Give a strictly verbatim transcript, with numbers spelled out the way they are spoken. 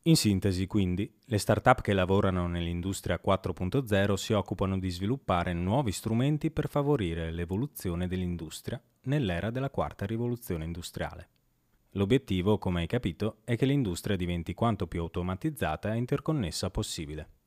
In sintesi, quindi, le start-up che lavorano nell'industria quattro punto zero si occupano di sviluppare nuovi strumenti per favorire l'evoluzione dell'industria nell'era della quarta rivoluzione industriale. L'obiettivo, come hai capito, è che l'industria diventi quanto più automatizzata e interconnessa possibile.